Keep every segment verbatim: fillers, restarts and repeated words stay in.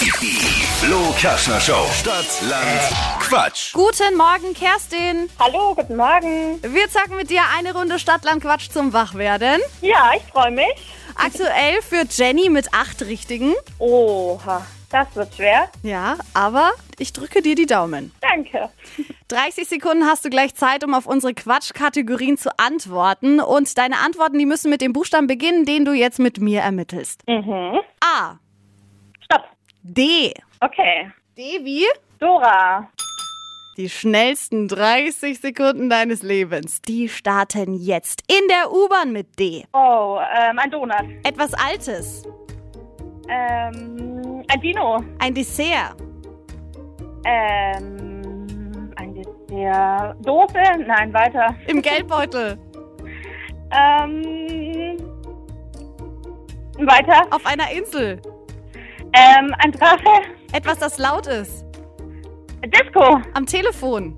Die Flo Kerschner Show. Stadt, Land, Quatsch. Guten Morgen, Kerstin. Hallo, guten Morgen. Wir zocken mit dir eine Runde Stadtland Quatsch zum Wachwerden. Ja, ich freue mich. Aktuell führt Jenny mit acht Richtigen. Oha, das wird schwer. Ja, aber ich drücke dir die Daumen. Danke. dreißig Sekunden hast du gleich Zeit, um auf unsere Quatschkategorien zu antworten. Und deine Antworten, die müssen mit dem Buchstaben beginnen, den du jetzt mit mir ermittelst. Mhm. A. Stopp. D. Okay. D wie? Dora. Die schnellsten dreißig Sekunden deines Lebens, die starten jetzt in der U-Bahn mit D. Oh, ähm, ein Donut. Etwas Altes. Ähm, ein Dino. Ein Dessert. Ähm, ein Dessert. Dose? Nein, weiter. Im Geldbeutel. Ähm, weiter. Auf einer Insel. Ähm, ein Drache. Etwas, das laut ist. Disco. Am Telefon.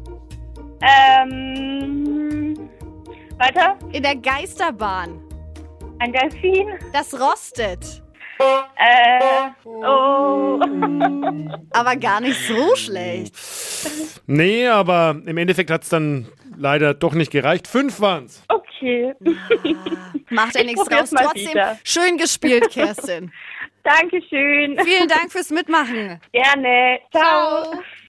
Ähm, weiter. In der Geisterbahn. Ein Delfin. Das rostet. Äh, oh. Aber gar nicht so schlecht. Nee, aber im Endeffekt hat es dann leider doch nicht gereicht. Fünf waren's. Okay. Macht ja Ich nichts probier's raus. mal Trotzdem wieder. schön gespielt, Kerstin. Dankeschön. Vielen Dank fürs Mitmachen. Gerne. Ciao. Ciao.